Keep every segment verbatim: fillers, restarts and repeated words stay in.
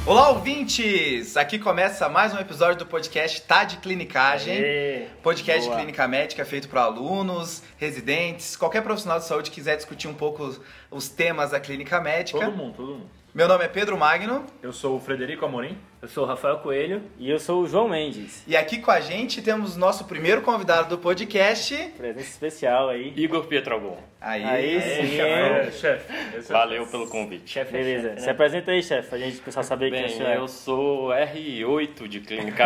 Olá, ouvintes! Aqui começa mais um episódio do podcast Tá de Clinicagem. Aê, podcast boa. de clínica médica feito para alunos, residentes, qualquer profissional de saúde que quiser discutir um pouco os, os temas da clínica médica. Todo mundo, todo mundo. Meu nome é Pedro Magno. Eu sou o Frederico Amorim. Eu sou o Rafael Coelho. E eu sou o João Mendes. E aqui com a gente temos nosso primeiro convidado do podcast. Presença especial aí. Igor Pietralgon. Aí, Aí sim, É, hein? chefe. esse é o Valeu chefe. pelo convite. Chefe, beleza. Se apresenta aí, chefe, pra gente precisar saber quem é o Bem, senhor. eu sou R oito de clínica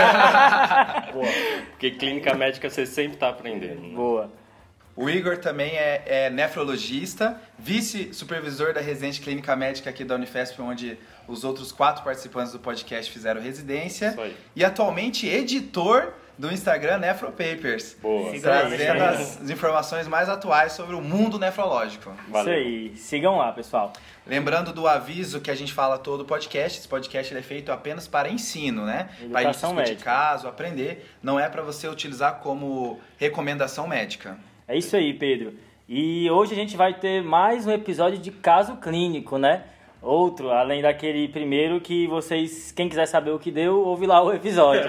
médica. Boa. Porque clínica médica você sempre tá aprendendo. Né? Boa. O Igor também é, é nefrologista, vice-supervisor da residência clínica médica aqui da Unifesp, onde os outros quatro participantes do podcast fizeram residência. Isso aí. E atualmente editor do Instagram Nefropapers. Boa. Siga aí. Trazendo as, as informações mais atuais sobre o mundo nefrológico. Valeu. Isso aí. Sigam lá, pessoal. Lembrando do aviso que a gente fala todo o podcast, esse podcast ele é feito apenas para ensino, né? Para a gente Educação discutir médica. caso, aprender, não é para você utilizar como recomendação médica. É isso aí, Pedro. E hoje a gente vai ter mais um episódio de caso clínico, né? Outro, além daquele primeiro que vocês, quem quiser saber o que deu, ouve lá o episódio.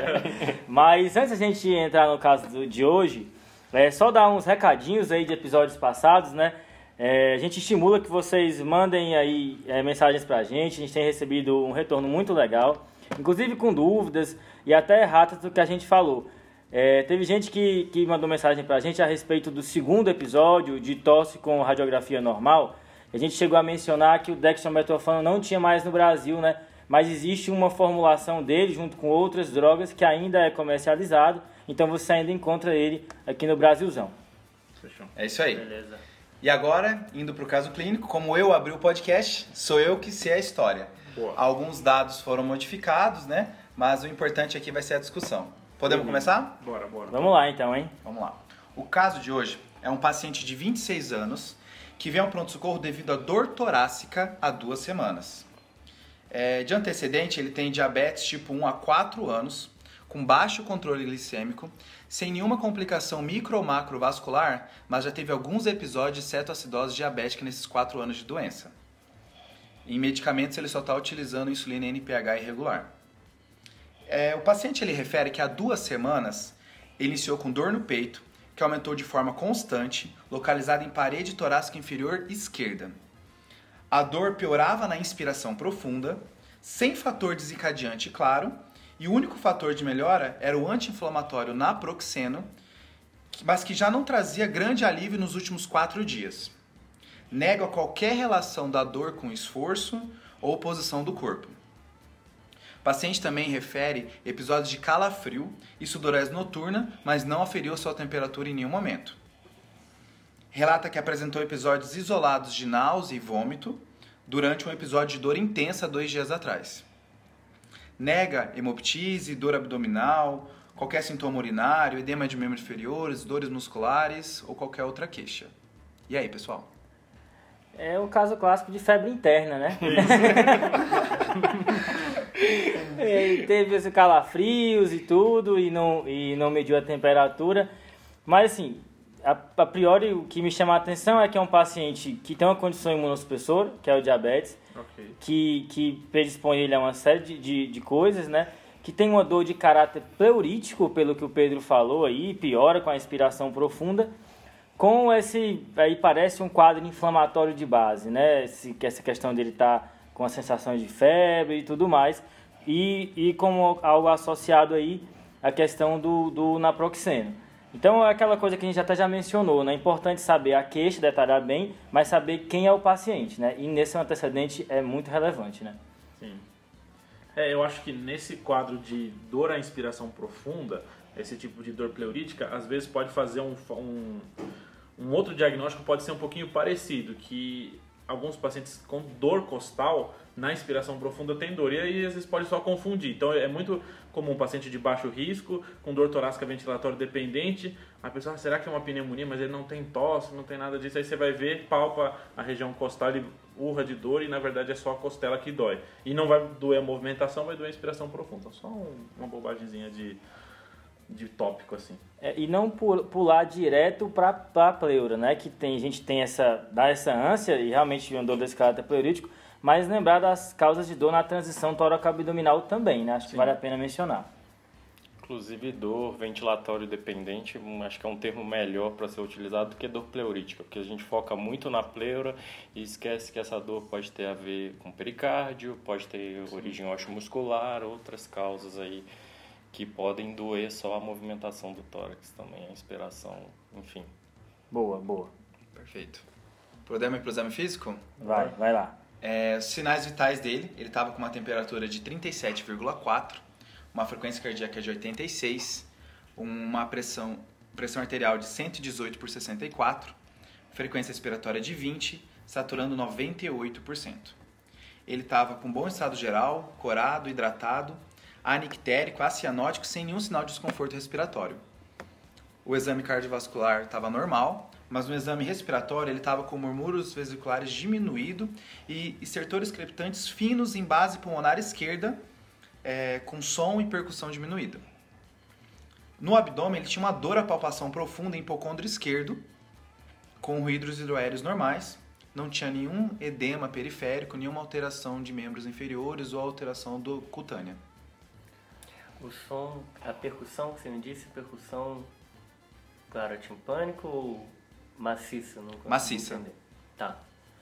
Mas antes da gente entrar no caso do- de hoje, é só dar uns recadinhos aí de episódios passados, né? É, a gente estimula que vocês mandem aí é, mensagens pra gente, a gente tem recebido um retorno muito legal, inclusive com dúvidas e até erratas do que a gente falou. É, teve gente que, que mandou mensagem pra gente a respeito do segundo episódio de tosse com radiografia normal. A gente chegou a mencionar que o dextrometorfano não tinha mais no Brasil, né? Mas existe uma formulação dele junto com outras drogas que ainda é comercializado. Então você ainda encontra ele aqui no Brasilzão. Fechou. É isso aí. Beleza. E agora, indo para o caso clínico, como eu abri o podcast, sou eu que sei a história. Boa. Alguns dados foram modificados, né? Mas o importante aqui vai ser a discussão. Podemos começar? Bora, bora. Vamos lá então, hein? Vamos lá. O caso de hoje é um paciente de vinte e seis anos que vem ao pronto-socorro devido a dor torácica há duas semanas. É, de antecedente, ele tem diabetes tipo um há quatro anos, com baixo controle glicêmico, sem nenhuma complicação micro ou macrovascular, mas já teve alguns episódios de cetoacidose diabética nesses quatro anos de doença. Em medicamentos, ele só está utilizando insulina N P H irregular. É, o paciente ele refere que há duas semanas ele iniciou com dor no peito, que aumentou de forma constante, localizada em parede torácica inferior esquerda. A dor piorava na inspiração profunda, sem fator desencadeante claro, e o único fator de melhora era o anti-inflamatório naproxeno, mas que já não trazia grande alívio nos últimos quatro dias. Nega qualquer relação da dor com esforço ou posição do corpo. O paciente também refere episódios de calafrio e sudorese noturna, mas não aferiu sua temperatura em nenhum momento. Relata que apresentou episódios isolados de náusea e vômito durante um episódio de dor intensa dois dias atrás. Nega hemoptise, dor abdominal, qualquer sintoma urinário, edema de membros inferiores, dores musculares ou qualquer outra queixa. E aí, pessoal? É o caso clássico de febre interna, né? Ele teve esse calafrios e tudo e não, e não mediu a temperatura. Mas assim, a, a priori o que me chama a atenção é que é um paciente que tem uma condição imunossupressora, que é o diabetes, Ok. que, que predispõe ele a uma série de, de, de coisas, né? Que tem uma dor de caráter pleurítico, pelo que o Pedro falou aí, piora com a inspiração profunda. Com esse, aí parece um quadro inflamatório de base, né? Esse, que essa questão dele tá com a sensação de febre e tudo mais. E, e como algo associado aí a questão do, do naproxeno. Então é aquela coisa que a gente até já mencionou, né? É importante saber a queixa, detalhar bem, mas saber quem é o paciente, né? E nesse antecedente é muito relevante, né? Sim. É, eu acho que nesse quadro de dor à inspiração profunda, esse tipo de dor pleurítica, às vezes pode fazer um, um, um outro diagnóstico, pode ser um pouquinho parecido, que alguns pacientes com dor costal, na inspiração profunda tem dor, e aí às vezes pode só confundir. Então é muito comum um paciente de baixo risco, com dor torácica ventilatória dependente, a pessoa, ah, será que é uma pneumonia, mas ele não tem tosse, não tem nada disso, aí você vai ver, palpa a região costal, ele urra de dor e na verdade é só a costela que dói. E não vai doer a movimentação, vai doer a inspiração profunda. Só um, uma bobagemzinha de, de tópico assim. É, e não pular direto para a pleura, né? Que tem, a gente tem essa, dá essa ânsia e realmente uma dor desse caráter pleurítico, Mas lembrar das causas de dor na transição tóraco-abdominal também, né? Acho Sim. que vale a pena mencionar. Inclusive, dor ventilatório dependente, hum, acho que é um termo melhor para ser utilizado do que dor pleurítica, porque a gente foca muito na pleura e esquece que essa dor pode ter a ver com pericárdio, pode ter Sim. origem osteomuscular, outras causas aí que podem doer só a movimentação do tórax também, a inspiração, enfim. Boa, boa. Perfeito. Podemos ir para o exame físico? Vai, vai lá. É, os sinais vitais dele, ele estava com uma temperatura de trinta e sete vírgula quatro, uma frequência cardíaca de oitenta e seis, uma pressão, pressão arterial de cento e dezoito por sessenta e quatro, frequência respiratória de vinte, saturando noventa e oito por cento. Ele estava com bom estado geral, corado, hidratado, anictérico, acianótico, sem nenhum sinal de desconforto respiratório. O exame cardiovascular estava normal, mas no exame respiratório ele estava com murmúrios vesiculares diminuído e estertores crepitantes finos em base pulmonar esquerda, é, com som e percussão diminuída. No abdômen ele tinha uma dor à palpação profunda em hipocôndrio esquerdo, com ruídos hidroaéreos normais, não tinha nenhum edema periférico, nenhuma alteração de membros inferiores ou alteração do cutânea. O som, a percussão que você me disse, percussão, claro, timpânico ou maciça? Não consigo Maciça. entender. Tá.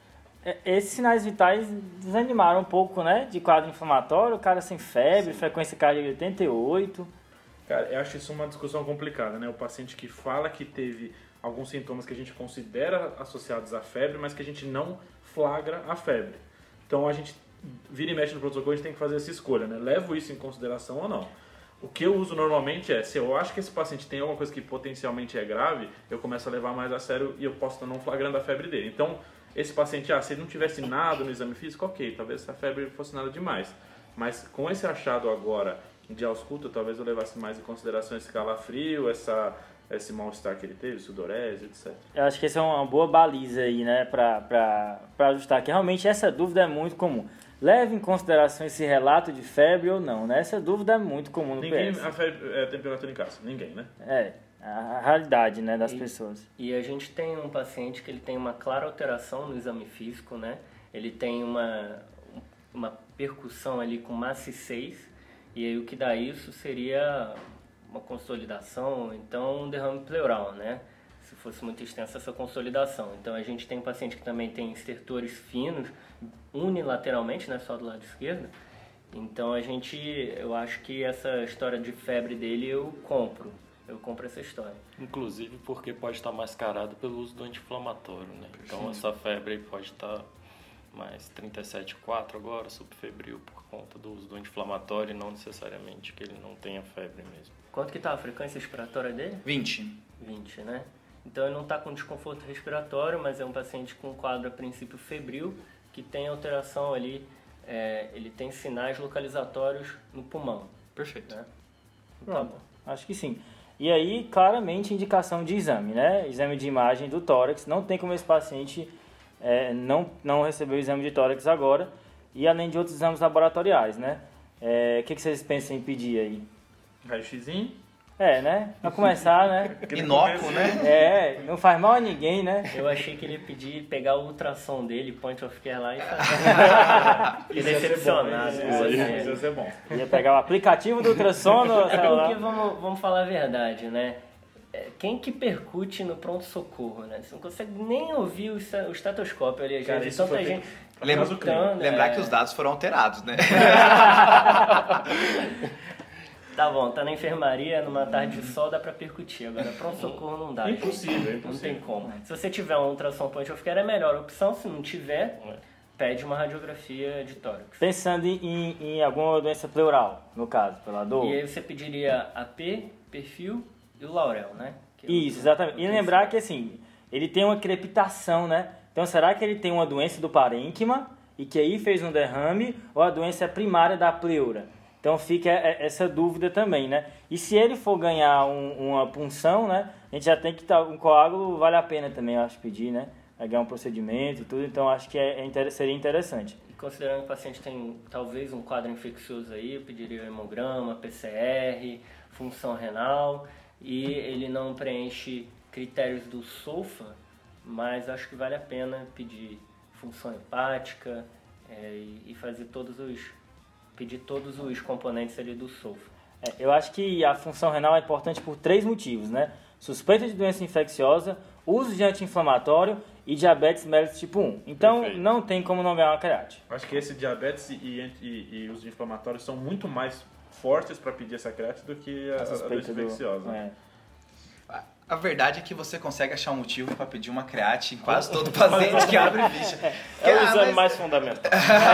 Esses sinais vitais desanimaram um pouco, né? De quadro inflamatório, o cara sem febre, Sim. frequência cardíaca de oitenta e oito. Cara, eu acho isso uma discussão complicada, né? O paciente que fala que teve alguns sintomas que a gente considera associados à febre, mas que a gente não flagra a febre. Então a gente vira e mexe no pronto-socorro, a gente tem que fazer essa escolha, né? Levo isso em consideração ou não? O que eu uso normalmente é, se eu acho que esse paciente tem alguma coisa que potencialmente é grave, eu começo a levar mais a sério e eu posso estar não flagrando a febre dele. Então, esse paciente, ah, se ele não tivesse nada no exame físico, ok, talvez essa febre fosse nada demais. Mas com esse achado agora de ausculta, talvez eu levasse mais em consideração esse calafrio, essa, esse mal-estar que ele teve, sudorese, etcétera. Eu acho que essa é uma boa baliza aí, né? Pra, pra, pra ajustar, que realmente essa dúvida é muito comum. Leve em consideração esse relato de febre ou não, né? Essa dúvida é muito comum no Ninguém P S. afere é, temperatura em casa, ninguém, né? É, a realidade, né, das E- pessoas. E a gente tem um paciente que ele tem uma clara alteração no exame físico, né? Ele tem uma, uma percussão ali com maciçez, e aí o que dá isso seria uma consolidação, então um derrame pleural, né? Se fosse muito extensa essa consolidação. Então a gente tem um paciente que também tem estertores finos, unilateralmente, né? Só do lado esquerdo. Então a gente, eu acho que essa história de febre dele eu compro. Eu compro essa história. Inclusive porque pode estar mascarado pelo uso do anti-inflamatório, né? Então essa febre aí pode estar mais trinta e sete vírgula quatro agora, subfebril, por conta do uso do anti-inflamatório e não necessariamente que ele não tenha febre mesmo. Quanto que tá a frequência respiratória dele? vinte. vinte, né? Então ele não está com desconforto respiratório, mas é um paciente com quadro a princípio febril, que tem alteração ali, é, ele tem sinais localizatórios no pulmão, Perfeito. né? Tá Pronto, bom. acho que sim. E aí, claramente, indicação de exame, né? Exame de imagem do tórax. Não tem como esse paciente é, não, não receber o exame de tórax agora. E além de outros exames laboratoriais, né? É, o que, que vocês pensam em pedir aí? Raio-xzinho. É, né? Pra começar, né? Inócuo, né? É, não faz mal a ninguém, né? Eu achei que ele ia pedir, pegar o ultrassom dele, point of care lá e fazer. Que Isso ia ser bom, decepcionado. né? com Isso você. ia- isso ia ser bom. Ia pegar o aplicativo do ultrassom no É celular. porque, vamos, vamos falar a verdade, né? É, Quem que percute no pronto-socorro, né? Você não consegue nem ouvir o esta- o estetoscópio ali, Cara, gente. isso Tanta foi gente Lembra- Caso clínico. gritando, Lembrar é. que os dados foram alterados, né? Tá bom, tá na enfermaria, numa tarde de sol, dá pra percutir. Agora, pronto-socorro não dá. gente. Impossível, Não impossível. tem como. Se você tiver um ultrassom point of care, é melhor a opção. Se não tiver, pede uma radiografia de tórax. Pensando em, em alguma doença pleural, no caso, pela dor. E aí você pediria A P, perfil e o Laurel, né? Que é o- Isso, exatamente. E lembrar que, assim, ele tem uma crepitação, né? Então, será que ele tem uma doença do parênquima e que aí fez um derrame ou a doença é primária da pleura? Então, fica essa dúvida também, né? E se ele for ganhar um- uma punção, né? A gente já tem que estar... Um coágulo vale a pena também, eu acho, pedir, né? Vai ganhar um procedimento e tudo, então acho que é, é inter- seria interessante. E considerando que o paciente tem talvez um quadro infeccioso aí, eu pediria hemograma, P C R, função renal, e ele não preenche critérios do SOFA, mas acho que vale a pena pedir função hepática, é, e, e fazer todos os... pedir todos os componentes ali do sulfo. É, eu acho que a função renal é importante por três motivos, né? Suspeita de doença infecciosa, uso de anti-inflamatório e diabetes mellitus tipo um. Então, Perfeito. Não tem como não ganhar uma create. Acho que esse diabetes e, e, e os inflamatórios são muito mais fortes para pedir essa create do que a, a, a doença infecciosa. Do, é. A verdade é que você consegue achar um motivo para pedir uma create em quase todo paciente que abre ficha. É o Ah, exame mas- mais fundamental.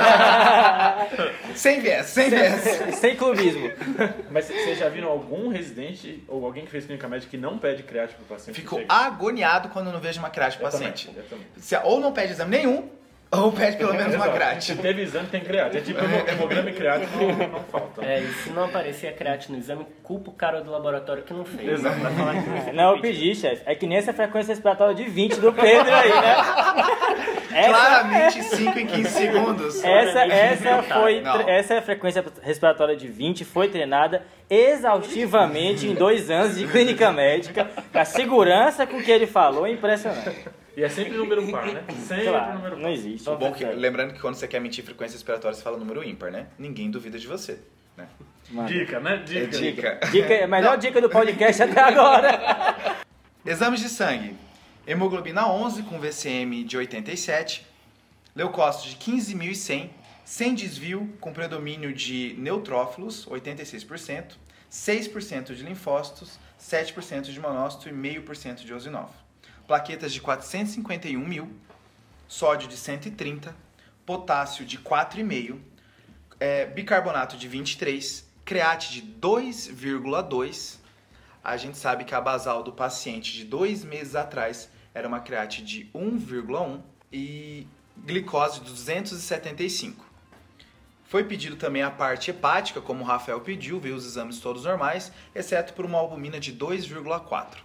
Sem viés, sem viés. Sem clubismo. Mas vocês já viram algum residente ou alguém que fez clínica médica que não pede create para o paciente? Fico que chega? agoniado quando eu não vejo uma create pro Eu também, paciente. eu também. Se- Ou não pede exame nenhum, ou pede pelo menos uma Exato. create. Se teve exame, tem create. É tipo hemo- hemograma e create não, não falta. É, e se não aparecer a create no exame, culpa o cara do laboratório que não fez. Exato. Vai falar que não fez. Não, eu pedi, chefe. É que nem essa frequência respiratória de vinte do Pedro aí, né? Essa, Claramente cinco em quinze segundos. essa, essa, Claramente foi, Não. tre- essa frequência respiratória de vinte foi treinada exaustivamente em dois anos de clínica médica. A segurança com que ele falou é impressionante. E é sempre número par, né? Sempre Claro, número não par. existe. O bom que, lembrando que quando você quer mentir frequência respiratória, você fala número ímpar, né? Ninguém duvida de você. Né? Mano. Dica, né? Dica. Dica. Dica, a melhor dica do podcast até agora. Exames de sangue. Hemoglobina onze com V C M de oitenta e sete. Leucócitos de quinze mil e cem. Sem desvio, com predomínio de neutrófilos, oitenta e seis por cento. seis por cento de linfócitos, sete por cento de monócito e zero vírgula cinco por cento de eosinófilo. Plaquetas de quatrocentos e cinquenta e um mil. Sódio de cento e trinta. Potássio de quatro vírgula cinco. É, bicarbonato de vinte e três. Create de dois vírgula dois. A gente sabe que a basal do paciente de dois meses atrás era uma create de um vírgula um e glicose de duzentos e setenta e cinco. Foi pedido também a parte hepática, como o Rafael pediu, veio os exames todos normais, exceto por uma albumina de dois vírgula quatro.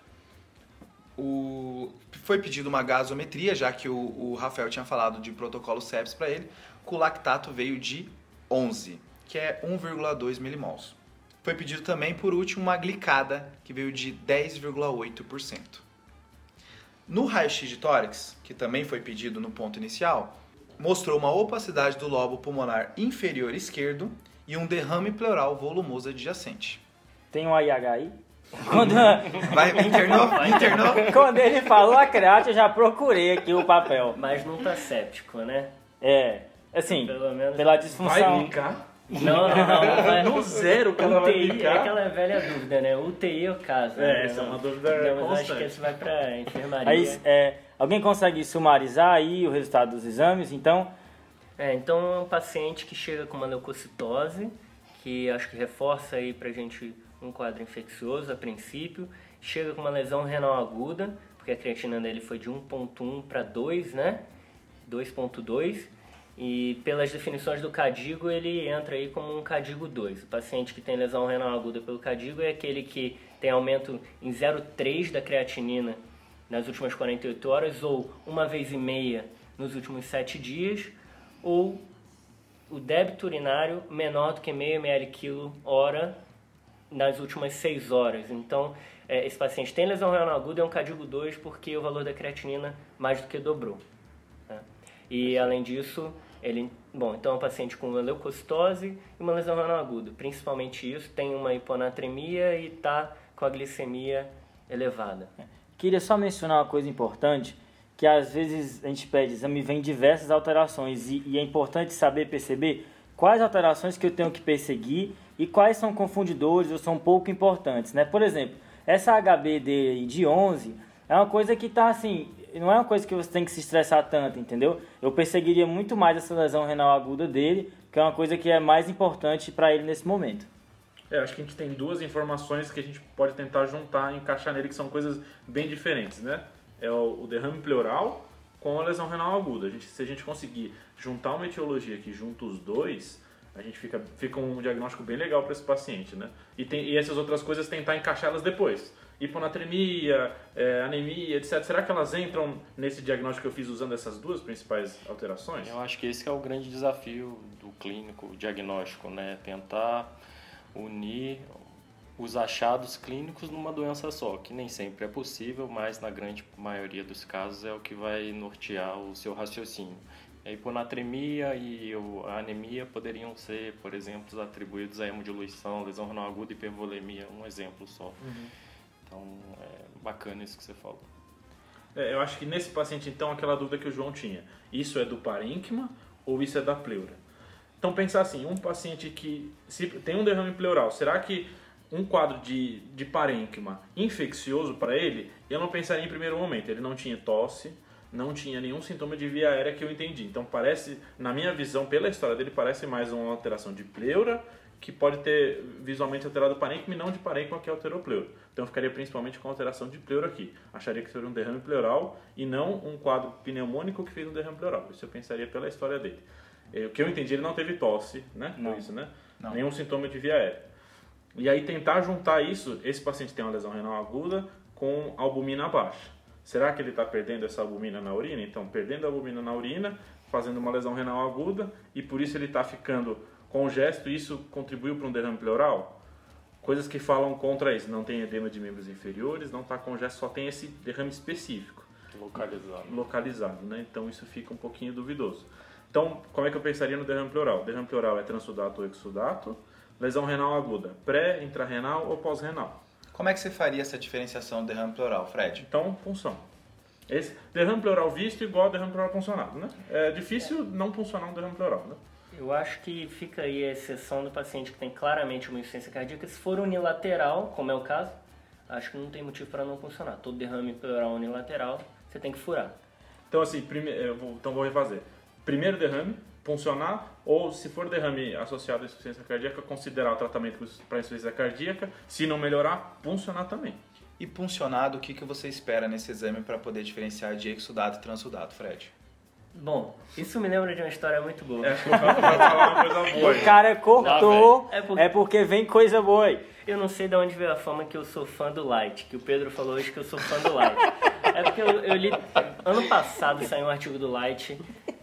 O... Foi pedido uma gasometria, já que o, o Rafael tinha falado de protocolo sepsis para ele, que o lactato veio de onze, que é um vírgula dois milimols. Foi pedido também, por último, uma glicada, que veio de dez vírgula oito por cento. No raio-x de tórax, que também foi pedido no ponto inicial, mostrou uma opacidade do lobo pulmonar inferior esquerdo e um derrame pleural volumoso adjacente. Tem um A I H aí? Quando, Vai, internou? Internou? quando ele falou a create, eu já procurei aqui o papel. Mas não tá séptico, né? É, assim, Pelo menos... pela Vai disfunção... brincar? Não, não, não. não vai. No zero, quando vai U T I é brincar? aquela velha dúvida, né? U T I ou casa? É, né? essa é uma dúvida Não, mas acho constante. que esse vai pra enfermaria. Aí, é, alguém consegue sumarizar aí o resultado dos exames? Então, É, então é um paciente que chega com uma leucocitose, que acho que reforça aí pra gente um quadro infeccioso a princípio, chega com uma lesão renal aguda, porque a creatina dele foi de um ponto um para dois, né? dois ponto dois, e pelas definições do CADIGO ele entra aí como um CADIGO dois. O paciente que tem lesão renal aguda pelo CADIGO é aquele que tem aumento em zero vírgula três da creatinina nas últimas quarenta e oito horas, ou uma vez e meia nos últimos sete dias, ou o débito urinário menor do que meio ml quilo hora nas últimas seis horas. Então, é, esse paciente tem lesão renal aguda, é um CADIGO dois porque o valor da creatinina mais do que dobrou. Tá? E, além disso, ele... Bom, então é um paciente com uma leucocitose e uma lesão renal aguda. Principalmente isso, tem uma hiponatremia e está com a glicemia elevada. queria só mencionar uma coisa importante, que às vezes a gente pede exame e vem diversas alterações e, e é importante saber perceber quais alterações que eu tenho que perseguir e quais são confundidores ou são pouco importantes, né? Por exemplo, essa H B D de onze é uma coisa que está assim, não é uma coisa que você tem que se estressar tanto, entendeu? Eu perseguiria muito mais essa lesão renal aguda dele, que é uma coisa que é mais importante para ele nesse momento. É, acho que a gente tem duas informações que a gente pode tentar juntar e encaixar nele, que são coisas bem diferentes, né? É o, o derrame pleural com a lesão renal aguda. A gente, se a gente conseguir juntar uma etiologia que junta os dois, a gente fica, fica um diagnóstico bem legal para esse paciente, né? E, tem, e essas outras coisas tentar encaixá-las depois. Hiponatremia, é, anemia, etcétera. Será que elas entram nesse diagnóstico que eu fiz usando essas duas principais alterações? Eu acho que esse que é o grande desafio do clínico, o diagnóstico, né? Tentar unir os achados clínicos numa doença só, que nem sempre é possível, mas na grande maioria dos casos é o que vai nortear o seu raciocínio. A hiponatremia e a anemia poderiam ser, por exemplo, atribuídos a hemodiluição, lesão renal aguda e hipervolemia, um exemplo só. Uhum. Então, é bacana isso que você falou. É, eu acho que nesse paciente, então, aquela dúvida que o João tinha, isso é do parênquima ou isso é da pleura? Então, pensar assim, um paciente que se tem um derrame pleural, será que um quadro de, de parênquima infeccioso para ele, eu não pensaria em primeiro momento, ele não tinha tosse, não tinha nenhum sintoma de via aérea que eu entendi. Então, parece, na minha visão, pela história dele, parece mais uma alteração de pleura, que pode ter visualmente alterado o parênquima e não de parênquima que alterou a pleura. Então eu ficaria principalmente com alteração de pleura aqui. Acharia que seria um derrame pleural e não um quadro pneumônico que fez um derrame pleural. Isso eu pensaria pela história dele. O que eu entendi, ele não teve tosse, né? Não. Foi isso, né? Não. Nenhum sintoma de via aérea. E aí tentar juntar isso, esse paciente tem uma lesão renal aguda com albumina baixa. Será que ele está perdendo essa albumina na urina? Então, perdendo a albumina na urina, fazendo uma lesão renal aguda e por isso ele está ficando congesto e isso contribuiu para um derrame pleural? Coisas que falam contra isso. Não tem edema de membros inferiores, não está congesto, só tem esse derrame específico. Localizado. Localizado, né? Então isso fica um pouquinho duvidoso. Então, como é que eu pensaria no derrame pleural? Derrame pleural é transsudato ou exsudato. Lesão renal aguda, pré, intrarrenal ou pós-renal. Como é que você faria essa diferenciação do derrame pleural, Fred? Então, punção. Esse derrame pleural visto igual ao derrame pleural puncionado, né? É difícil não puncionar um derrame pleural, né? Eu acho que fica aí a exceção do paciente que tem claramente uma insuficiência cardíaca. Se for unilateral, como é o caso, acho que não tem motivo para não funcionar. Todo derrame pleural unilateral, você tem que furar. Então, assim, prime... eu vou... então vou refazer. Primeiro derrame, puncionar, ou se for derrame associado à insuficiência cardíaca, considerar o tratamento para insuficiência cardíaca. Se não melhorar, puncionar também. E puncionado, o que, que você espera nesse exame para poder diferenciar de exsudato e transsudato, Fred? Bom, isso me lembra de uma história muito boa. É, vai falar uma coisa boa. O cara cortou, é, porque... é porque vem coisa boa aí. Eu não sei de onde veio a fama que eu sou fã do Light, que o Pedro falou hoje que eu sou fã do Light. É porque eu, eu li, ano passado saiu um artigo do Light,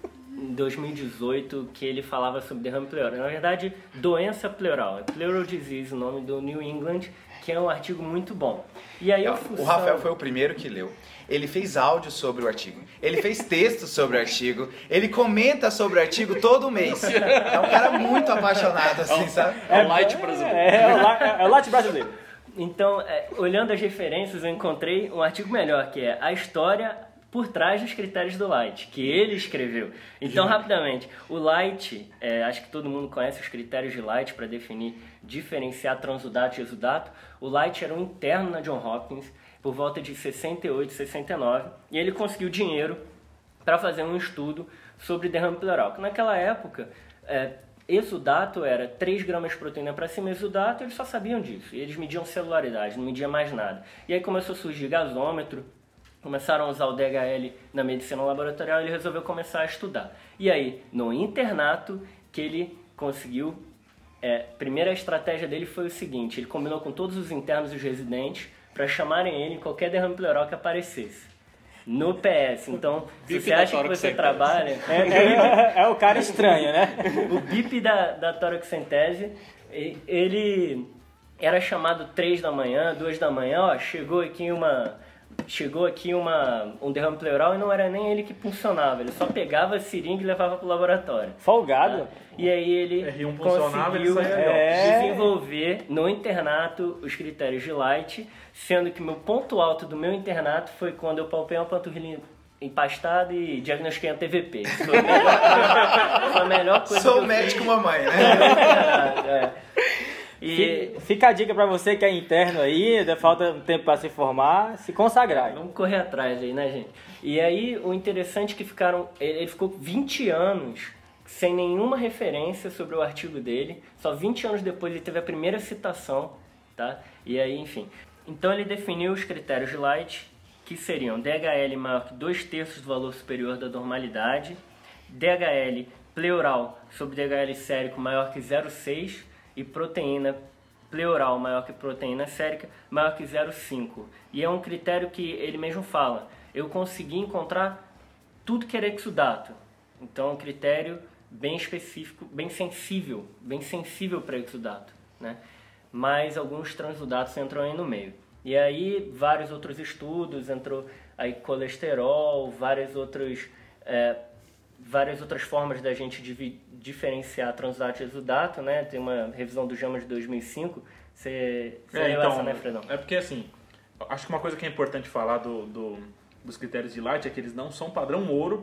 em dois mil e dezoito, que ele falava sobre derrame pleural. Na verdade, doença pleural, é Pleural Disease, o nome do New England, que é um artigo muito bom. E aí, o função... Rafael foi o primeiro que leu. Ele fez áudio sobre o artigo, ele fez texto sobre o artigo, ele comenta sobre o artigo todo mês. É um cara muito apaixonado, assim, sabe? É o Light brasileiro. É, é, o, la, é o Light brasileiro. Então, é, olhando as referências, eu encontrei um artigo melhor, que é a história por trás dos critérios do Light, que ele escreveu. Então, rapidamente, o Light, é, acho que todo mundo conhece os critérios de Light para definir, diferenciar transudato e exudato. O Light era um interno na Johns Hopkins, por volta de sessenta e oito, sessenta e nove, e ele conseguiu dinheiro para fazer um estudo sobre derrame pleural, que naquela época, é, exudato era três gramas de proteína para cima, exudato, eles só sabiam disso, e eles mediam celularidade, não mediam mais nada. E aí começou a surgir gasômetro, começaram a usar o D H L na medicina laboratorial, e ele resolveu começar a estudar. E aí, no internato, que ele conseguiu, é, primeira estratégia dele foi o seguinte, ele combinou com todos os internos e os residentes, para chamarem ele em qualquer derrame pleural que aparecesse. No P S. Então, se você acha que você trabalha... É, é, é o cara estranho, né? O B I P da, da toracocentese, ele era chamado três da manhã, duas da manhã, ó, chegou aqui uma... Chegou aqui uma, um derrame pleural e não era nem ele que funcionava, ele só pegava a seringa e levava para o laboratório. Folgado. Tá? E aí ele R um funcionava, ele conseguiu saía é... desenvolver no internato os critérios de Light, sendo que o meu ponto alto do meu internato foi quando eu palpei uma panturrilha empastada e diagnostiquei a T V P. Isso foi a melhor, foi a melhor coisa Sou que eu médico fiz. mamãe, né? É. E fica a dica pra você que é interno aí, ainda falta um tempo pra se formar, se consagrar. vamos correr atrás aí, né, gente? E aí, o interessante é que ficaram... Ele ficou vinte anos sem nenhuma referência sobre o artigo dele. Só vinte anos depois ele teve a primeira citação, tá? E aí, enfim. Então, ele definiu os critérios de Light, que seriam D H L maior que dois terços do valor superior da normalidade, D H L pleural sobre D H L sérico maior que zero vírgula seis e proteína pleural maior que proteína sérica maior que zero vírgula cinco. E é um critério que ele mesmo fala. Eu consegui encontrar tudo que era exudato. Então é um critério bem específico, bem sensível, bem sensível para exudato, né? Mas alguns transudatos entram aí no meio. E aí vários outros estudos, entrou aí colesterol, vários outros... É, várias outras formas da gente divi- diferenciar transudato e exudato, né? Tem uma revisão do JAMA de dois mil e cinco. Você, você É, leu então, essa, né, Fredão? é porque assim, acho que uma coisa que é importante falar do, do, dos critérios de Light é que eles não são padrão ouro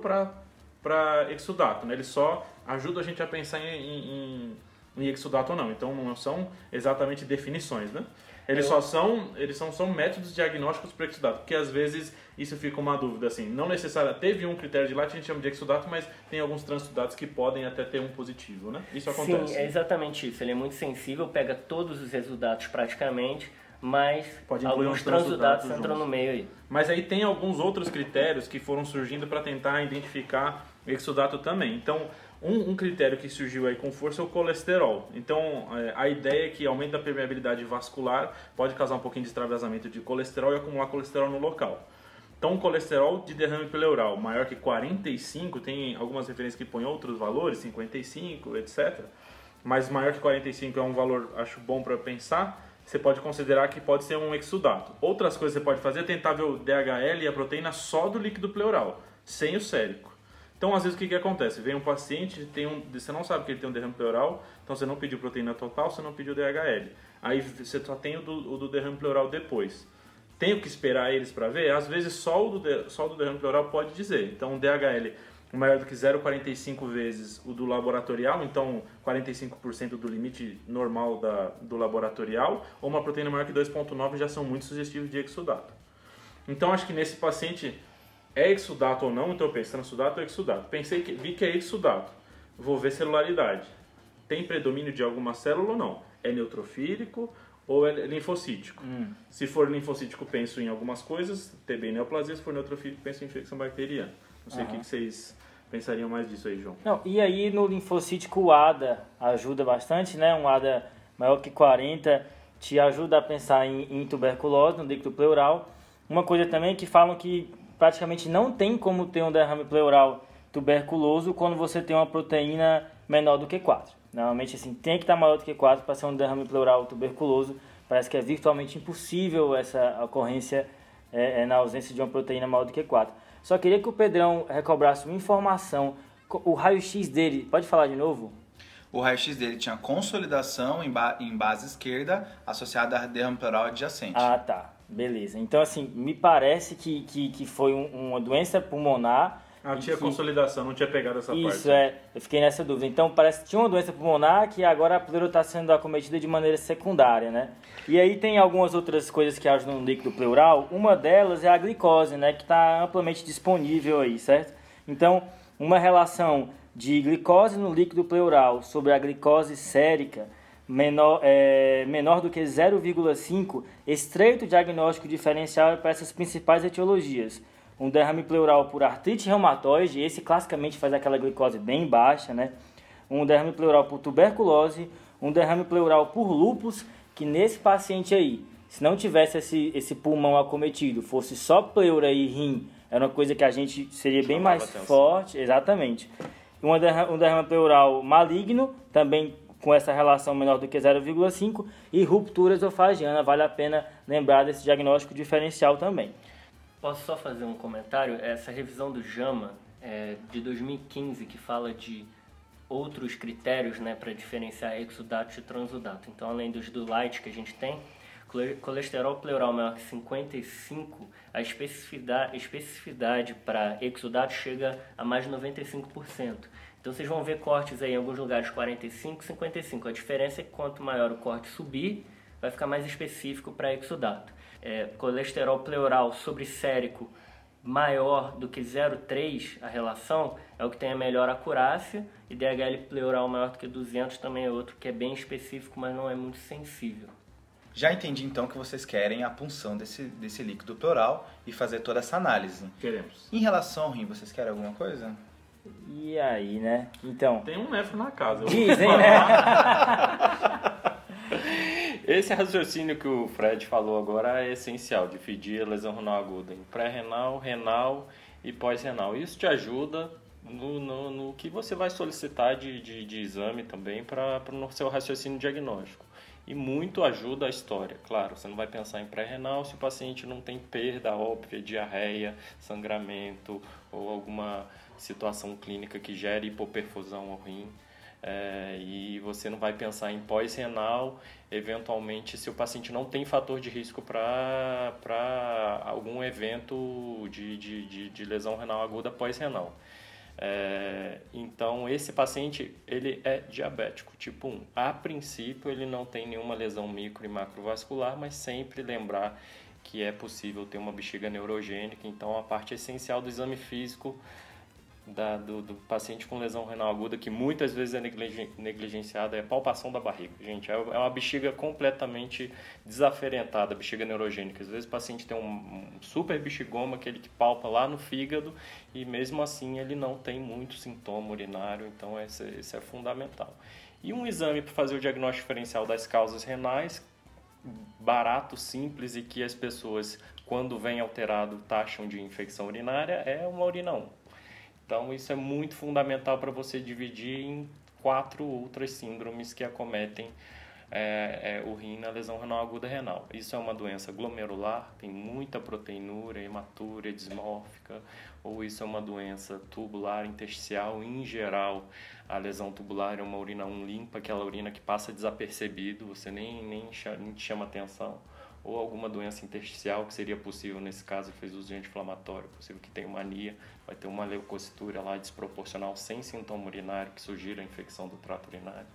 para exudato, né? Eles só ajudam a gente a pensar em, em, em exudato ou não. Então não são exatamente definições, né? Eles Eu... só são, eles são, são métodos diagnósticos para exudato, porque às vezes isso fica uma dúvida, assim, não necessariamente, teve um critério de Light, a gente chama de exudato, mas tem alguns transudatos que podem até ter um positivo, né? Isso acontece. Sim, é exatamente isso. Ele é muito sensível, pega todos os exudatos praticamente, mas Pode incluir alguns uns transudatos transudatos entram juntos. no meio aí. Mas aí tem alguns outros critérios que foram surgindo para tentar identificar o exudato também. Então, um, um critério que surgiu aí com força é o colesterol. Então, é, a ideia é que aumento da permeabilidade vascular pode causar um pouquinho de extravasamento de colesterol e acumular colesterol no local. Então, o colesterol de derrame pleural maior que quarenta e cinco, tem algumas referências que põem outros valores, cinquenta e cinco, etcétera. Mas maior que quarenta e cinco é um valor, acho bom para pensar. Você pode considerar que pode ser um exudato. Outras coisas que você pode fazer é tentar ver o D H L e a proteína só do líquido pleural, sem o sérico. Então, às vezes, o que, que acontece? Vem um paciente, tem um, você não sabe que ele tem um derrame pleural, então você não pediu proteína total, você não pediu D H L. Aí você só tem o do, o do derrame pleural depois. Tenho que esperar eles para ver? Às vezes, só o, do, só o do derrame pleural pode dizer. Então, o D H L maior do que zero vírgula quarenta e cinco vezes o do laboratorial, então quarenta e cinco por cento do limite normal da, do laboratorial, ou uma proteína maior que dois vírgula nove já são muito sugestivos de exudato. Então, acho que nesse paciente é exudato ou não, então eu penso, transudato ou exudato. Pensei que, vi que é exudato, vou ver celularidade. Tem predomínio de alguma célula ou não? É neutrofílico ou é linfocítico? Hum. Se for linfocítico, penso em algumas coisas, T B e neoplasia. Se for neutrofílico, penso em infecção bacteriana. Não sei uhum. o que, que vocês pensariam mais disso aí, João. Não, e aí no linfocítico o A D A ajuda bastante, né? Um A D A maior que quarenta te ajuda a pensar em, em tuberculose no líquido pleural. Uma coisa também é que falam que praticamente não tem como ter um derrame pleural tuberculoso quando você tem uma proteína menor do que quatro. Normalmente assim, tem que estar maior do que quatro para ser um derrame pleural tuberculoso. Parece que é virtualmente impossível essa ocorrência é, é, na ausência de uma proteína maior do que quatro. Só queria que o Pedrão recobrasse uma informação. O raio-x dele, pode falar de novo? O raio-x dele tinha consolidação em, ba em base esquerda associada a derrame pleural adjacente. Ah, tá. Beleza. Então, assim, me parece que, que, que foi um, uma doença pulmonar. Ah, tinha que... consolidação, não tinha pegado essa Isso, parte. Isso, é. Eu fiquei nessa dúvida. Então, parece que tinha uma doença pulmonar que agora a pleura está sendo acometida de maneira secundária, né? E aí tem algumas outras coisas que ajudam no líquido pleural. Uma delas é a glicose, né? Que está amplamente disponível aí, certo? Então, uma relação de glicose no líquido pleural sobre a glicose sérica menor, é, menor do que zero vírgula cinco, estreito diagnóstico diferencial para essas principais etiologias. Um derrame pleural por artrite reumatoide, esse classicamente faz aquela glicose bem baixa, né? Um derrame pleural por tuberculose, um derrame pleural por lúpus, que nesse paciente aí, se não tivesse esse, esse pulmão acometido, fosse só pleura e rim, era uma coisa que a gente seria bem mais atenção. Forte, exatamente. Um derrame, um derrame pleural maligno, também com essa relação menor do que zero vírgula cinco, e ruptura esofagiana, vale a pena lembrar desse diagnóstico diferencial também. Posso só fazer um comentário? Essa revisão do JAMA é de dois mil e quinze, que fala de outros critérios, né, para diferenciar exudato e transudato. Então, além dos do Light que a gente tem, colesterol pleural maior que cinquenta e cinco, a especificidade, especificidade para exudato chega a mais de noventa e cinco por cento. Então vocês vão ver cortes aí em alguns lugares quarenta e cinco, cinquenta e cinco. A diferença é que quanto maior o corte subir, vai ficar mais específico para exudato. É, colesterol pleural sobre sérico maior do que zero vírgula três, a relação, é o que tem a melhor acurácia, e D H L pleural maior do que duzentos também é outro que é bem específico, mas não é muito sensível. Já entendi então que vocês querem a punção desse, desse líquido pleural e fazer toda essa análise. Queremos. Em relação ao rim, vocês querem alguma coisa? E aí, né? Então... Tem um nefro na casa. Dizem, né? Esse raciocínio que o Fred falou agora é essencial, dividir a lesão renal aguda em pré-renal, renal e pós-renal. Isso te ajuda no, no, no que você vai solicitar de, de, de exame também para o seu raciocínio diagnóstico. E muito ajuda a história. Claro, você não vai pensar em pré-renal se o paciente não tem perda óbvia, diarreia, sangramento ou alguma situação clínica que gere hipoperfusão ao rim. É, e você não vai pensar em pós-renal, eventualmente, se o paciente não tem fator de risco para algum evento de, de, de, de lesão renal aguda pós-renal. É, então, esse paciente ele é diabético tipo um. A princípio, ele não tem nenhuma lesão micro e macrovascular, mas sempre lembrar que é possível ter uma bexiga neurogênica. Então, a parte essencial do exame físico Da, do, do paciente com lesão renal aguda, que muitas vezes é negligenciada, é a palpação da barriga. Gente, é uma bexiga completamente desaferentada, bexiga neurogênica. Às vezes o paciente tem um, um super bexigoma, aquele que palpa lá no fígado, e mesmo assim ele não tem muito sintoma urinário, então esse, esse é fundamental. E um exame para fazer o diagnóstico diferencial das causas renais, barato, simples, e que as pessoas, quando vem alterado, taxam de infecção urinária, é uma urina um. Então, isso é muito fundamental para você dividir em quatro outras síndromes que acometem é, é, o rim na lesão renal aguda renal. Isso é uma doença glomerular, tem muita proteinúria, hematúria, dismórfica, ou isso é uma doença tubular intersticial. Em geral, a lesão tubular é uma urina um limpa, aquela urina que passa desapercebido, você nem, nem, nem te chama atenção. Ou alguma doença intersticial, que seria possível, nesse caso, fez uso de anti-inflamatório, possível que tenha uma anemia, vai ter uma leucocitura lá desproporcional, sem sintoma urinário, que sugira a infecção do trato urinário.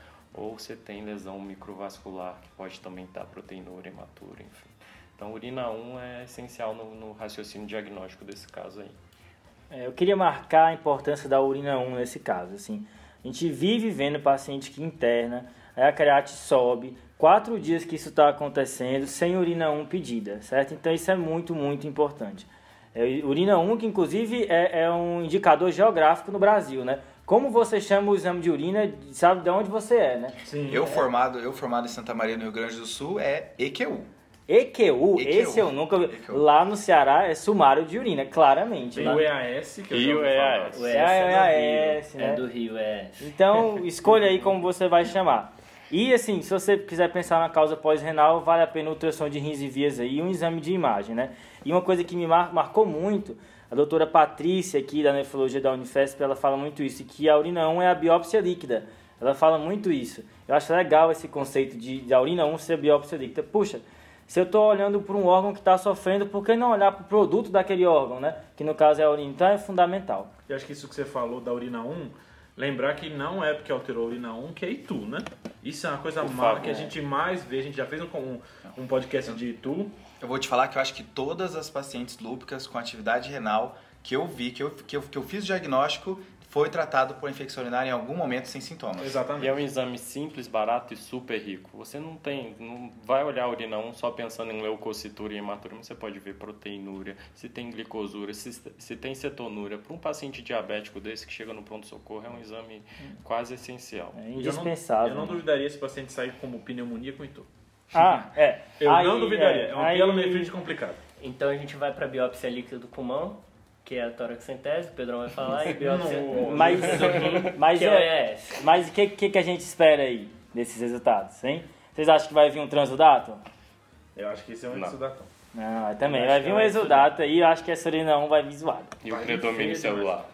Ou você tem lesão microvascular, que pode também estar proteinúria, hematúria, enfim. Então, urina um é essencial no, no raciocínio diagnóstico desse caso aí. É, eu queria marcar a importância da urina um nesse caso. Assim, a gente vive vendo paciente que interna, aí a create sobe, quatro dias que isso está acontecendo sem urina um pedida, certo? Então isso é muito, muito importante. É, urina um, que inclusive é, é um indicador geográfico no Brasil, né? Como você chama o exame de urina, sabe de onde você é, né? Sim, eu, é. formado, eu formado em Santa Maria, no Rio Grande do Sul, é E Q U. E Q U, esse eu nunca vi. Lá no Ceará é sumário de urina, claramente. Tem o E A S, que eu e o E A S. O E A S é do Rio, é. Então, escolha aí como você vai chamar. E assim, se você quiser pensar na causa pós-renal, vale a pena ultrassom de rins e vias aí e um exame de imagem, né? E uma coisa que me mar- marcou muito, a doutora Patrícia aqui da nefrologia da Unifesp, ela fala muito isso, que a urina um é a biópsia líquida. Ela fala muito isso. Eu acho legal esse conceito de, de a urina um ser biópsia líquida. Puxa, se eu estou olhando para um órgão que está sofrendo, por que não olhar para o produto daquele órgão, né? Que no caso é a urina. Então é fundamental. Eu acho que isso que você falou da urina um, lembrar que não é porque alterou a urina um que é I T U, né? Isso é uma coisa má que a gente mais vê. A gente já fez um, um, um podcast de I T U. Eu vou te falar que eu acho que todas as pacientes lúpicas com atividade renal que eu vi, que eu, que eu, que eu fiz diagnóstico, foi tratado por infecção urinária em algum momento sem sintomas. Exatamente. E é um exame simples, barato e super rico. Você não tem, não vai olhar a urina um só pensando em leucocitura e hematúria, mas você pode ver proteinúria, se tem glicosúria, se, se tem cetonúria. Para um paciente diabético desse que chega no pronto-socorro, é um exame quase essencial. É indispensável. Eu não, eu não duvidaria se o paciente sair como pneumonia com I T U. Ah, é. Eu aí, não duvidaria. É, é uma aí... pielonefrite complicada. Então a gente vai para a biópsia líquida do pulmão, que é a toraxentese, o Pedrão vai falar, e biópsia mas, do rim, mas que é o E A é, S. mas o que, que, que a gente espera aí desses resultados, hein? Vocês acham que vai vir um transudato? Eu acho que isso é um exudatão. Não, também vai vir um exudato aí, eu acho que essa urina um vai vir zoada. E o predomínio celular?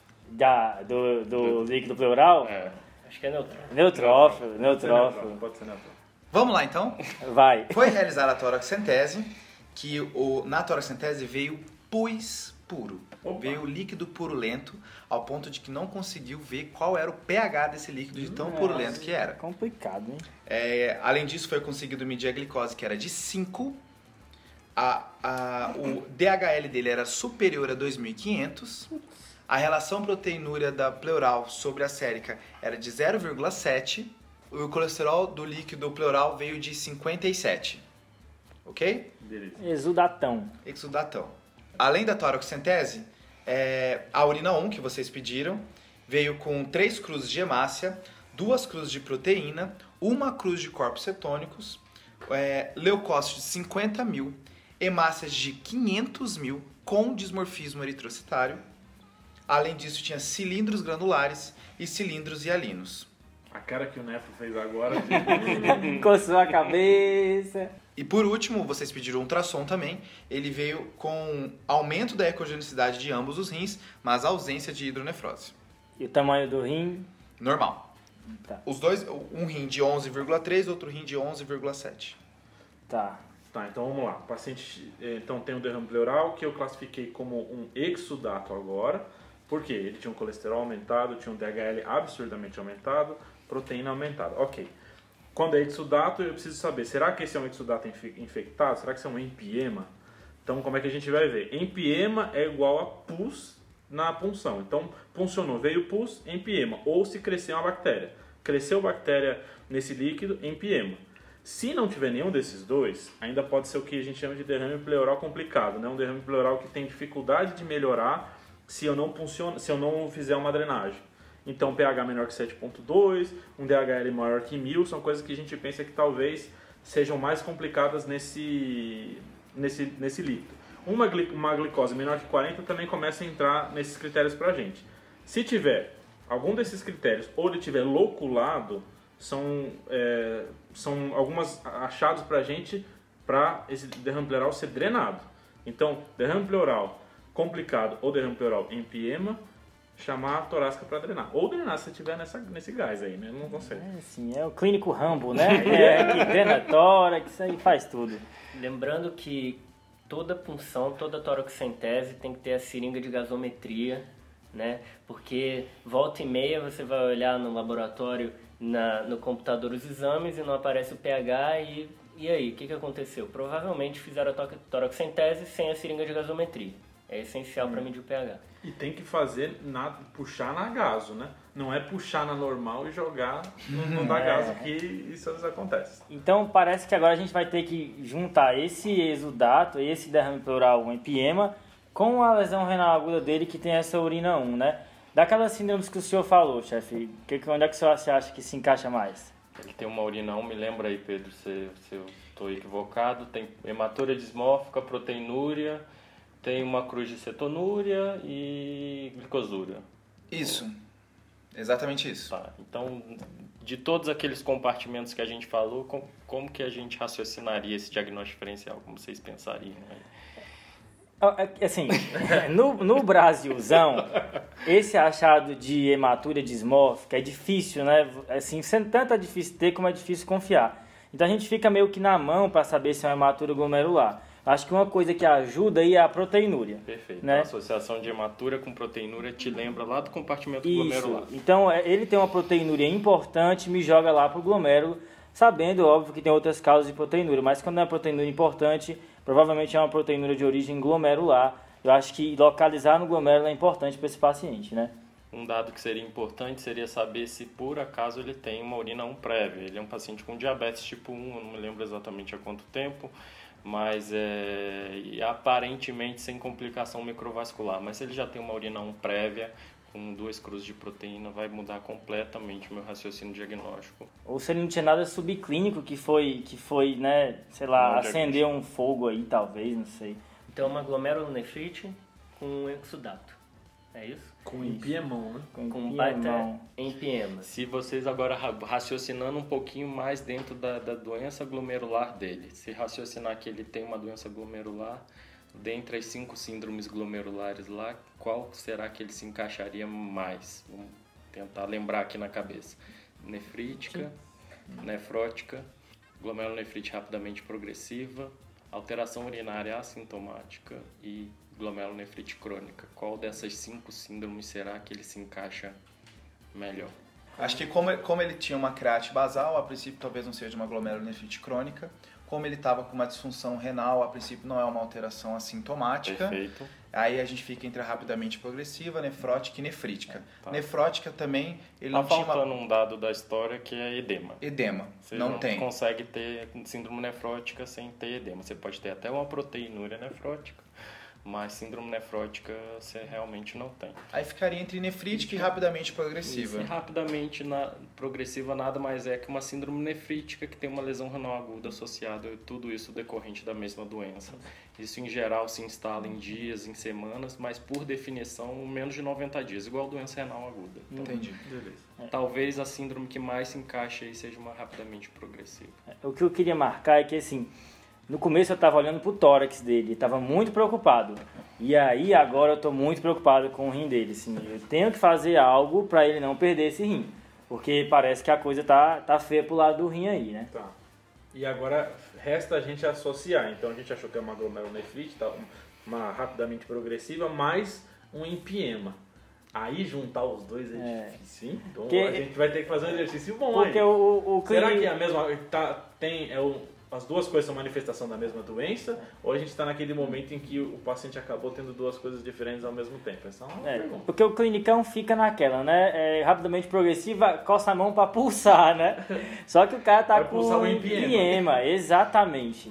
Da, do, do líquido pleural? É. Acho que é neutrófilo. Neutrófilo, neutrófilo. Pode ser neutrófilo. Vamos lá, então? Vai. Foi realizada a toraxentese, que o, na toraxentese veio pus puro. Opa. Veio líquido purulento, ao ponto de que não conseguiu ver qual era o pH desse líquido, de tão purulento que era. Complicado, hein? É, além disso, foi conseguido medir a glicose, que era de cinco. A, a, o D H L dele era superior a dois mil e quinhentos. A relação proteinúria da pleural sobre a sérica era de zero vírgula sete. O colesterol do líquido pleural veio de cinquenta e sete. Ok? Beleza. Exudatão. Exudatão. Além da toraxentese, é, a urina um, que vocês pediram, veio com três cruzes de hemácia, duas cruzes de proteína, uma cruz de corpos cetônicos, é, leucócitos de cinquenta mil, hemácias de quinhentos mil com dismorfismo eritrocitário. Além disso, tinha cilindros granulares e cilindros hialinos. A cara que o Nefro fez agora. Coçou a cabeça. E por último, vocês pediram ultrassom também. Ele veio com aumento da ecogenicidade de ambos os rins, mas ausência de hidronefrose. E o tamanho do rim? Normal. Tá. Os dois, um rim de onze vírgula três, outro rim de onze vírgula sete. Tá. Tá, então vamos lá. O paciente então, tem um derrame pleural que eu classifiquei como um exudato agora. Por quê? Ele tinha um colesterol aumentado, tinha um D H L absurdamente aumentado, proteína aumentada. Ok. Quando é exudato, eu preciso saber, será que esse é um exudato infectado? Será que isso é um empiema? Então, como é que a gente vai ver? Empiema é igual a pus na punção. Então, puncionou, veio pus, empiema. Ou se cresceu uma bactéria. Cresceu bactéria nesse líquido, empiema. Se não tiver nenhum desses dois, ainda pode ser o que a gente chama de derrame pleural complicado, né? Um derrame pleural que tem dificuldade de melhorar se eu não, funciona, se eu não fizer uma drenagem. Então, pH menor que sete vírgula dois, um D H L maior que mil, são coisas que a gente pensa que talvez sejam mais complicadas nesse, nesse, nesse líquido. Uma, uma glicose menor que quarenta também começa a entrar nesses critérios para a gente. Se tiver algum desses critérios ou ele tiver loculado, são, é, são algumas achados para a gente para esse derrame pleural ser drenado. Então, derrame pleural complicado ou derrame pleural empiema, chamar a torácica para drenar. Ou drenar se tiver nessa, nesse gás aí, né? Não consegue. É, sim, é o clínico Rambo, né? É, que drena tórax, isso aí faz tudo. Lembrando que toda punção, toda toracocentese tem que ter a seringa de gasometria, né? Porque volta e meia você vai olhar no laboratório, na, no computador os exames e não aparece o pH e, e aí, o que, que aconteceu? Provavelmente fizeram a toracocentese sem a seringa de gasometria. É essencial para medir o pH. E tem que fazer, na, puxar na gaso, né? Não é puxar na normal e jogar no, no da gaso, É. que isso às vezes acontece. Então parece que agora a gente vai ter que juntar esse exudato, esse derrame pleural, um empiema, com a lesão renal aguda dele que tem essa urina um, né? Daquelas síndromes que o senhor falou, chefe, que, onde é que o senhor acha que se encaixa mais? Ele tem uma urina um, me lembra aí, Pedro, se, se eu estou equivocado, tem hematúria dismórfica, proteinúria, tem uma cruz de cetonúria e glicosúria. Isso. Exatamente isso. Tá, então, de todos aqueles compartimentos que a gente falou, com, como que a gente raciocinaria esse diagnóstico diferencial? Como vocês pensariam? Né? Assim, no, no Brasilzão, esse achado de hematúria dismórfica é difícil, né? Assim, sendo tanto é difícil ter como é difícil confiar. Então a gente fica meio que na mão para saber se é uma hematúria glomerular. Acho que uma coisa que ajuda aí é a proteinúria. Perfeito. Né? A associação de hematúria com proteinúria te lembra lá do compartimento Isso. glomerular. Então, ele tem uma proteinúria importante, me joga lá pro glomérulo, sabendo, óbvio, que tem outras causas de proteinúria. Mas quando é uma proteinúria importante, provavelmente é uma proteinúria de origem glomerular. Eu acho que localizar no glomérulo é importante para esse paciente, né? Um dado que seria importante seria saber se por acaso ele tem uma urina um prévia. Ele é um paciente com diabetes tipo um, eu não me lembro exatamente há quanto tempo, mas é e aparentemente sem complicação microvascular. Mas se ele já tem uma urina um prévia, com duas cruzes de proteína, vai mudar completamente o meu raciocínio diagnóstico. Ou se ele não tinha nada subclínico que foi, que foi né, sei lá, Não, acender um fogo aí, talvez, não sei. Então, uma glomerulonefrite com um exudato. É isso? Com empiemão, né? Com, Com com baita empiema. Se vocês agora raciocinando um pouquinho mais dentro da, da doença glomerular dele, se raciocinar que ele tem uma doença glomerular, dentre as cinco síndromes glomerulares lá, qual será que ele se encaixaria mais? Vamos tentar lembrar aqui na cabeça. Nefrítica, nefrótica, glomerulonefrite rapidamente progressiva, alteração urinária assintomática e glomerulonefrite crônica. Qual dessas cinco síndromes será que ele se encaixa melhor? Acho que como, como ele tinha uma create basal, a princípio talvez não seja uma glomerulonefrite crônica. Como ele estava com uma disfunção renal, a princípio não é uma alteração assintomática. Perfeito. Aí a gente fica entre a rapidamente progressiva, nefrótica e nefrítica. Tá. Nefrótica também, ele Tá não tinha faltando uma... um dado da história que é edema. edema. Você não, não tem. consegue ter síndrome nefrótica sem ter edema. Você pode ter até uma proteinúria nefrótica, mas síndrome nefrótica você realmente não tem. Aí ficaria entre nefrítica e rapidamente progressiva. E rapidamente na, progressiva nada mais é que uma síndrome nefrítica que tem uma lesão renal aguda associada, tudo isso decorrente da mesma doença. Isso em geral se instala em dias, em semanas, mas por definição menos de noventa dias, igual doença renal aguda. Entendi. Beleza. Talvez a síndrome que mais se encaixe aí seja uma rapidamente progressiva. O que eu queria marcar é que, assim, no começo eu estava olhando pro tórax dele, estava muito preocupado. E aí agora eu estou muito preocupado com o rim dele, assim. Eu tenho que fazer algo para ele não perder esse rim, porque parece que a coisa tá, tá feia pro lado do rim aí, né? Tá. E agora resta a gente associar. Então a gente achou que é uma glomerulonefrite, tá? Uma rapidamente progressiva, mais um empiema. Aí juntar os dois é, É. difícil, hein? Então Que- a gente vai ter que fazer um exercício bom Porque aí. o, o, o Será clínico- que é a mesma... Tá, tem, é o, as duas coisas são manifestação da mesma doença? Ou a gente está naquele momento em que o paciente acabou tendo duas coisas diferentes ao mesmo tempo? Essa é uma É, pergunta. porque o clinicão fica naquela, né? É, rapidamente progressiva, coça a mão pra pulsar, né? Só que o cara tá Vai com pulsar o empiema. empiema, exatamente.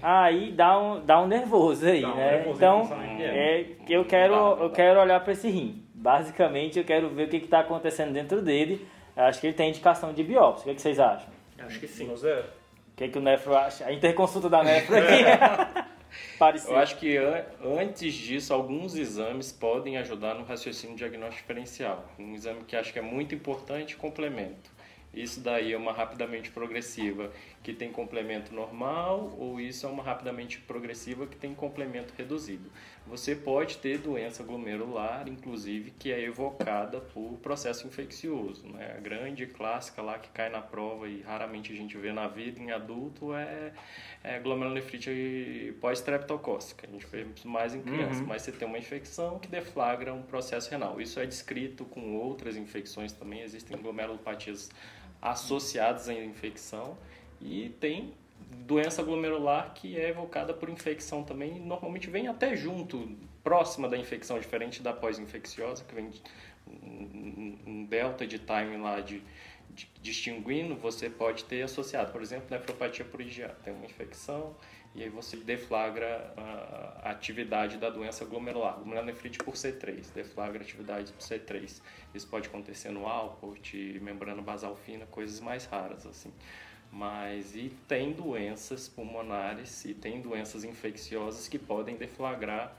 Aí dá um, dá um nervoso aí, Dá um né? nervoso Então, pulsar o empiema. é, eu, quero, Não dá, não eu dá. quero olhar pra esse rim. Basicamente, eu quero ver o que está acontecendo dentro dele. Eu acho que ele tem indicação de biópsia. O que, é que vocês acham? Acho que sim. No zero. O que, é que o Nefro acha? A interconsulta da Nefro aqui. Pareceu. Eu acho que an- antes disso, alguns exames podem ajudar no raciocínio diagnóstico diferencial. Um exame que acho que é muito importante, complemento. Isso daí é uma rapidamente progressiva que tem complemento normal ou isso é uma rapidamente progressiva que tem complemento reduzido. Você pode ter doença glomerular, inclusive, que é evocada por processo infeccioso, né? A grande clássica lá que cai na prova e raramente a gente vê na vida em adulto é, é glomerulonefrite pós-streptocócica. A gente vê mais em criança, Uhum. mas você tem uma infecção que deflagra um processo renal. Isso é descrito com outras infecções também, existem glomerulopatias associadas à infecção e tem doença glomerular que é evocada por infecção também e normalmente vem até junto, próxima da infecção, diferente da pós-infecciosa, que vem de um, um delta de time lá de, de distinguindo, você pode ter associado, por exemplo, nefropatia por I G A, tem uma infecção e aí você deflagra a, a atividade da doença glomerular, glomerulonefrite por C três, deflagra a atividade por C três. Isso pode acontecer no Alport, membrana basal fina, coisas mais raras assim. Mas e tem doenças pulmonares e tem doenças infecciosas que podem deflagrar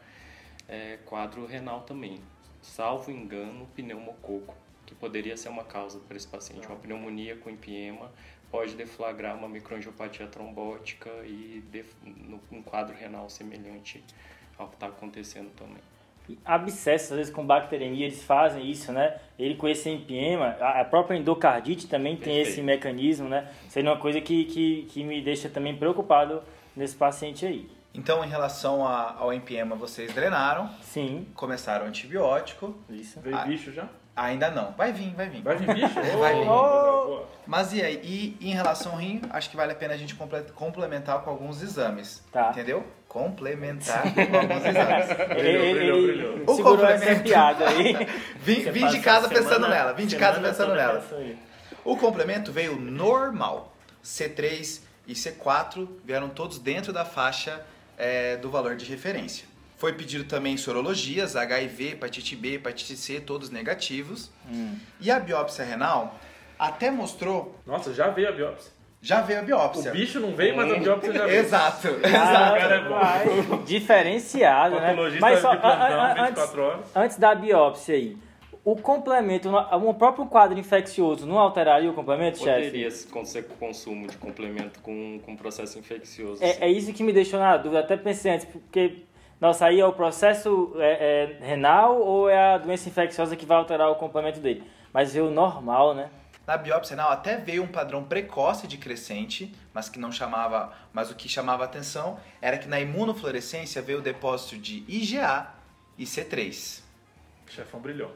é, quadro renal também. Salvo engano, pneumococo, que poderia ser uma causa para esse paciente. Uma pneumonia com empiema pode deflagrar uma microangiopatia trombótica e def, no, um quadro renal semelhante ao que está acontecendo também. Abscessos, às vezes com bacteremia, eles fazem isso, né? Ele com esse empiema, a própria endocardite também tem Perfeito. esse mecanismo, né? Seria uma coisa que, que, que me deixa também preocupado nesse paciente aí. Então, em relação a- ao empiema, vocês drenaram, Sim, começaram o antibiótico. isso. Veio Ah. bicho já? Ainda não. Vai vir, vai vir. Vai vir bicho? Vai vir. Ô, Mas e aí? E em relação ao rim, acho que vale a pena a gente comple- complementar com alguns exames. Tá. Entendeu? Complementar com alguns exames. Ele, ele, brilhou, ele brilhou. O segurou essa complemento. piada aí. Vim, Você vim passa de casa a pensando semana- nela. Vim de casa semana pensando toda nela. pensando nisso. O complemento veio normal. C três e C quatro vieram todos dentro da faixa é, do valor de referência. Foi pedido também sorologias, H I V, hepatite B, hepatite C, todos negativos. Hum. E a biópsia renal até mostrou, Nossa, já veio a biópsia. já veio a O biópsia. bicho não veio, mas a biópsia já veio. Exato, Ah, exato. cara é bom. vai. Diferenciado, né? Patologista Mas só, de plantão, an- an- vinte e antes, quatro horas. antes da biópsia aí, o complemento, o próprio quadro infeccioso não alteraria o complemento, chefe? Poderia ser consumo de complemento com, com processo infeccioso. É, é isso que me deixou na dúvida, até pensei antes, porque, nossa, aí é o processo é, é, renal ou é a doença infecciosa que vai alterar o complemento dele? Mas veio normal, né? Na biópsia renal até veio um padrão precoce de crescente, mas que não chamava, mas o que chamava atenção era que na imunofluorescência veio o depósito de I G A e C três. O chefão brilhou.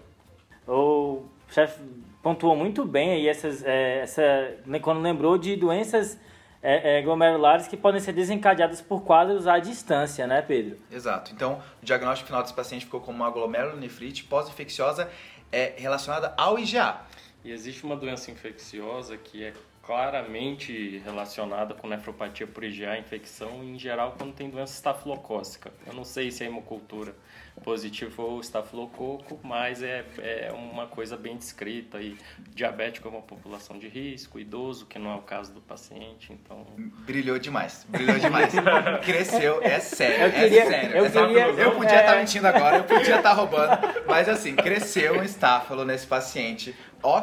O chefe pontuou muito bem aí essas, é, essa, quando lembrou de doenças é, é, glomerulares que podem ser desencadeadas por quadros à distância, né, Pedro? Exato. Então, o diagnóstico final desse paciente ficou como uma glomerulonefrite pós-infecciosa é, relacionada ao I G A. E existe uma doença infecciosa que é claramente relacionada com nefropatia por I G A, infecção, em geral, quando tem doença estafilocócica. Eu não sei se é hemocultura positiva ou estafilococo, mas é, é uma coisa bem descrita. E diabético é uma população de risco, idoso, que não é o caso do paciente, então... Brilhou demais, brilhou demais. Cresceu, é sério, Eu queria- é sério. eu É só- queria- eu podia é. estar mentindo agora, eu podia estar roubando, mas assim, cresceu um estáfilo nesse paciente.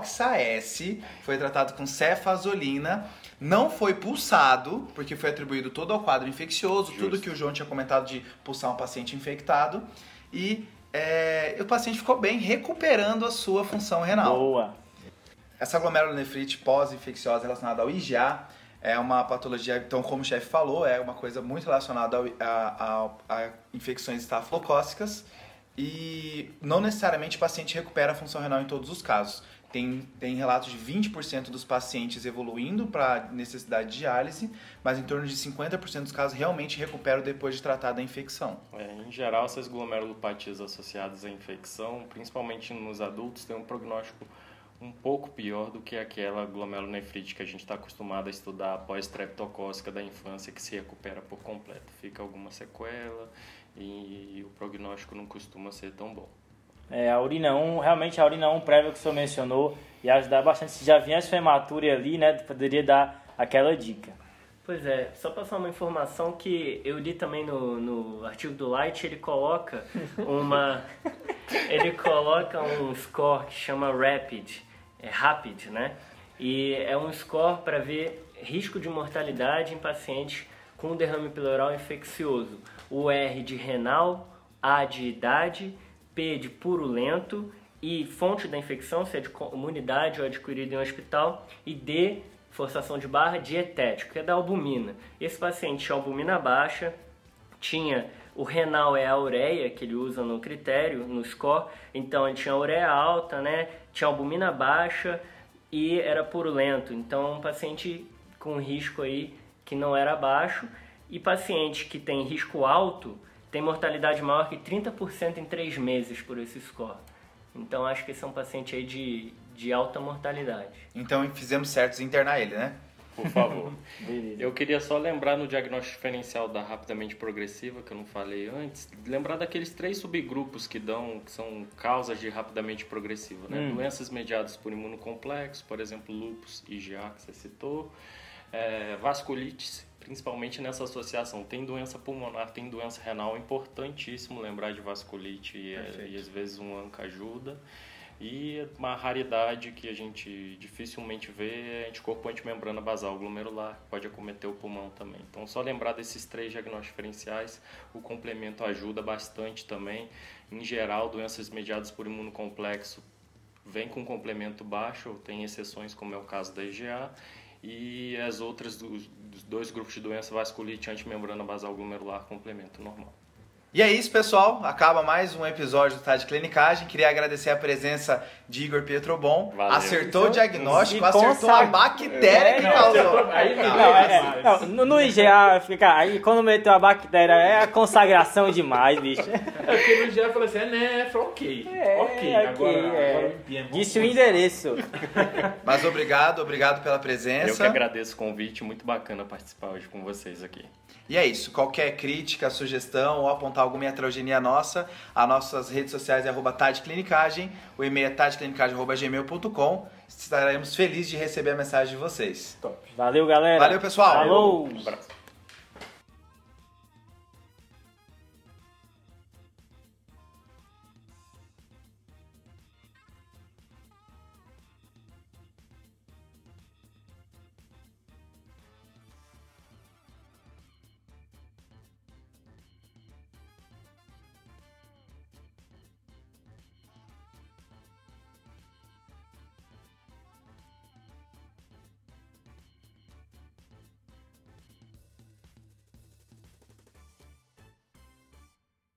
Oxa-S foi tratado com cefazolina, não foi pulsado, porque foi atribuído todo ao quadro infeccioso, Justo. tudo que o João tinha comentado de pulsar um paciente infectado, e é, o paciente ficou bem, recuperando a sua função renal. Boa. Essa glomerulonefrite pós-infecciosa relacionada ao I G A é uma patologia, então, como o chefe falou, é uma coisa muito relacionada ao- a, a- a infecções estafilocócicas e não necessariamente o paciente recupera a função renal em todos os casos. Tem, tem relatos de vinte por cento dos pacientes evoluindo para necessidade de diálise, mas em torno de cinquenta por cento dos casos realmente recuperam depois de tratar da infecção. É, em geral, essas glomerulopatias associadas à infecção, principalmente nos adultos, têm um prognóstico um pouco pior do que aquela glomerulonefrite que a gente está acostumado a estudar pós-streptocócica da infância, que se recupera por completo. Fica alguma sequela e o prognóstico não costuma ser tão bom. É, a urina um, realmente a urina um prévia que o senhor mencionou ia ajudar bastante. Se já viesse o hematúria ali, né, poderia dar aquela dica. Pois é, só passar uma informação que eu li também no, no artigo do Light, ele coloca uma ele coloca um score que chama Rapid, é Rapid, né? E é um score para ver risco de mortalidade em pacientes com derrame pleural infeccioso. O R de renal, A de idade, P de purulento e fonte da infecção, se é de comunidade ou adquirido em um hospital, e D, forçação de barra, dietético, que é da albumina. Esse paciente tinha albumina baixa, tinha o renal é a ureia que ele usa no critério, no score, então ele tinha ureia alta, né? Tinha albumina baixa e era purulento, então um paciente com risco aí que não era baixo, e paciente que tem risco alto tem mortalidade maior que trinta por cento em três meses por esse score. Então acho que esse é um paciente aí de, de alta mortalidade. Então fizemos certo em internar ele, né? Por favor. Beleza. Eu queria só lembrar no diagnóstico diferencial da rapidamente progressiva, que eu não falei antes, lembrar daqueles três subgrupos que dão, que são causas de rapidamente progressiva, né? Hum. Doenças mediadas por imunocomplexo, por exemplo, lúpus, I G A, que você citou, é, vasculites, principalmente nessa associação. Tem doença pulmonar, tem doença renal, é importantíssimo lembrar de vasculite e, e às vezes um ANCA ajuda. E uma raridade que a gente dificilmente vê é anticorpo antimembrana basal glomerular, que pode acometer o pulmão também. Então, só lembrar desses três diagnósticos diferenciais, o complemento ajuda bastante também. Em geral, doenças mediadas por imunocomplexo vem com complemento baixo, tem exceções como é o caso da I G A, e as outras dos, dos dois grupos de doença, vasculite e antimembrana basal glomerular, complemento normal. E é isso, pessoal. Acaba mais um episódio do Tá de Clinicagem. Queria agradecer a presença de Igor Pietrobon. Valeu. Acertou o diagnóstico, E acertou a consag- bactéria que É, causou. aí Não, não, Não, é- é, é, não, no, no I G A, fica, aí quando meteu a bactéria, é a consagração demais, bicho. É porque no dia falou assim, é nefro, ok. É, ok, ok, agora, é. agora limpemos. Disse o endereço. Mas obrigado, obrigado pela Eu que presença. agradeço o convite, muito bacana participar hoje com vocês aqui. E é isso. Qualquer crítica, sugestão ou apontar alguma heterogeneia nossa, as nossas redes sociais é arroba tadeclinicagem, o e-mail é tadeclinicagem arroba gmail ponto com. Estaremos felizes de receber a mensagem de vocês. Valeu, galera. Valeu, pessoal. Falou. Um abraço.